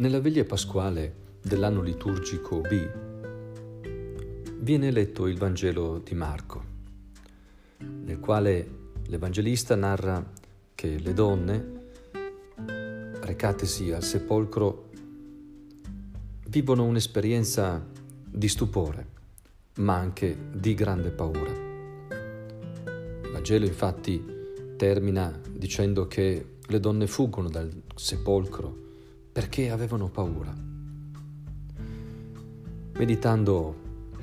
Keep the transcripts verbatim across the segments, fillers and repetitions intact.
Nella veglia pasquale dell'anno liturgico B viene letto il Vangelo di Marco, nel quale l'Evangelista narra che le donne, recatesi al sepolcro, vivono un'esperienza di stupore, ma anche di grande paura. Il Vangelo infatti termina dicendo che le donne fuggono dal sepolcro perché avevano paura. Meditando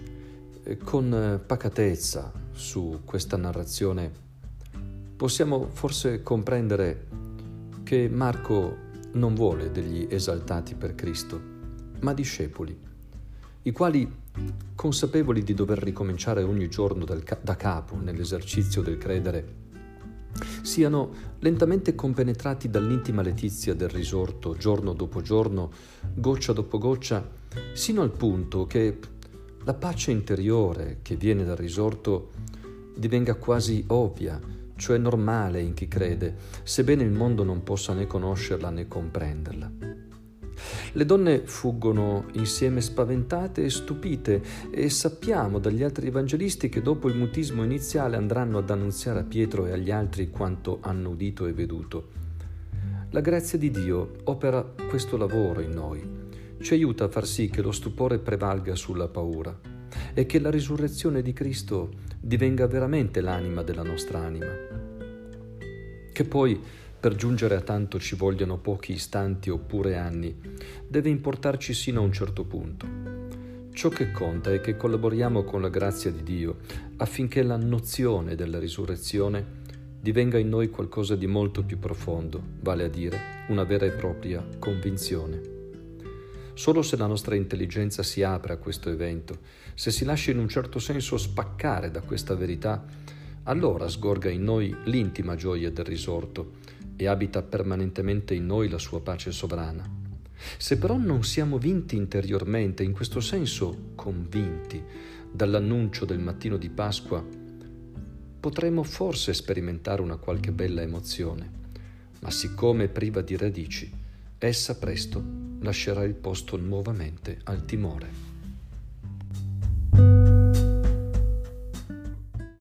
con pacatezza su questa narrazione, possiamo forse comprendere che Marco non vuole degli esaltati per Cristo, ma discepoli, i quali, consapevoli di dover ricominciare ogni giorno dal ca- da capo nell'esercizio del credere, siano lentamente compenetrati dall'intima letizia del risorto giorno dopo giorno, goccia dopo goccia, sino al punto che la pace interiore che viene dal risorto divenga quasi ovvia, cioè normale in chi crede, sebbene il mondo non possa né conoscerla né comprenderla. Le donne fuggono insieme spaventate e stupite, e sappiamo dagli altri evangelisti che dopo il mutismo iniziale andranno ad annunziare a Pietro e agli altri quanto hanno udito e veduto. La grazia di Dio opera questo lavoro in noi, ci aiuta a far sì che lo stupore prevalga sulla paura e che la risurrezione di Cristo divenga veramente l'anima della nostra anima. Che poi per giungere a tanto ci vogliano pochi istanti oppure anni, deve importarci sino a un certo punto. Ciò che conta è che collaboriamo con la grazia di Dio affinché la nozione della risurrezione divenga in noi qualcosa di molto più profondo, vale a dire una vera e propria convinzione. Solo se la nostra intelligenza si apre a questo evento, se si lascia in un certo senso spaccare da questa verità, allora sgorga in noi l'intima gioia del risorto e abita permanentemente in noi la sua pace sovrana. Se però non siamo vinti interiormente, in questo senso convinti, dall'annuncio del mattino di Pasqua, potremo forse sperimentare una qualche bella emozione, ma siccome priva di radici, essa presto lascerà il posto nuovamente al timore.